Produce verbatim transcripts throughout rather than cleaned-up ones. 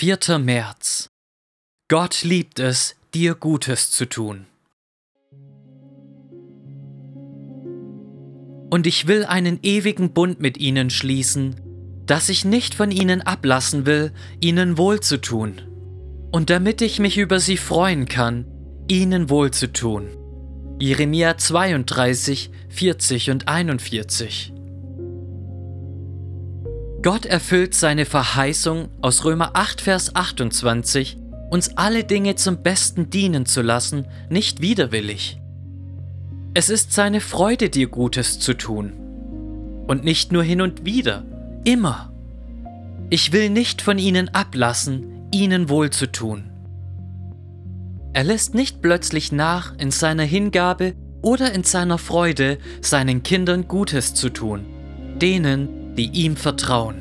vierter März. Gott liebt es, dir Gutes zu tun. Und ich will einen ewigen Bund mit ihnen schließen, dass ich nicht von ihnen ablassen will, ihnen wohlzutun. Und damit ich mich über sie freuen kann, ihnen wohlzutun. Jeremia zweiunddreißig, vierzig und einundvierzig. Gott erfüllt seine Verheißung aus Römer acht, Vers achtundzwanzig, uns alle Dinge zum Besten dienen zu lassen, nicht widerwillig. Es ist seine Freude, dir Gutes zu tun. Und nicht nur hin und wieder, immer. Ich will nicht von ihnen ablassen, ihnen wohlzutun. Er lässt nicht plötzlich nach in seiner Hingabe oder in seiner Freude, seinen Kindern Gutes zu tun, denen, die ihm vertrauen.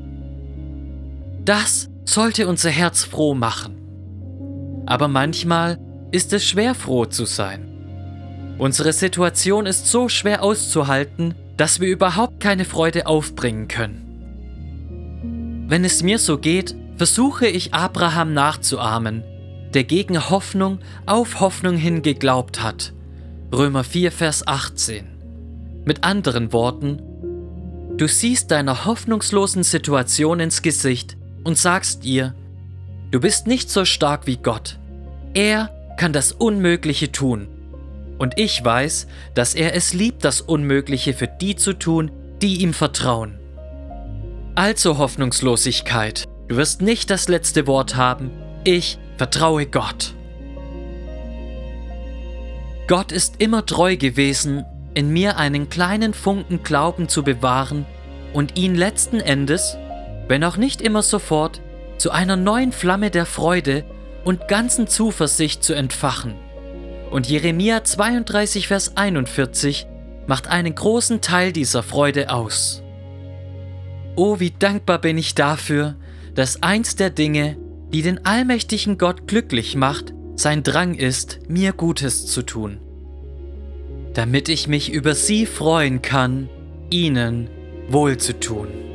Das sollte unser Herz froh machen. Aber manchmal ist es schwer, froh zu sein. Unsere Situation ist so schwer auszuhalten, dass wir überhaupt keine Freude aufbringen können. Wenn es mir so geht, versuche ich Abraham nachzuahmen, der gegen Hoffnung auf Hoffnung hin geglaubt hat. Römer vier, Vers achtzehn. Mit anderen Worten, du siehst deiner hoffnungslosen Situation ins Gesicht und sagst ihr, du bist nicht so stark wie Gott. Er kann das Unmögliche tun. Und ich weiß, dass er es liebt, das Unmögliche für die zu tun, die ihm vertrauen. Also Hoffnungslosigkeit, du wirst nicht das letzte Wort haben. Ich vertraue Gott. Gott ist immer treu gewesen, in mir einen kleinen Funken Glauben zu bewahren und ihn letzten Endes, wenn auch nicht immer sofort, zu einer neuen Flamme der Freude und ganzen Zuversicht zu entfachen. Und Jeremia zweiunddreißig, Vers einundvierzig macht einen großen Teil dieser Freude aus. Oh, wie dankbar bin ich dafür, dass eins der Dinge, die den allmächtigen Gott glücklich macht, sein Drang ist, mir Gutes zu tun. Damit ich mich über sie freuen kann, ihnen wohlzutun.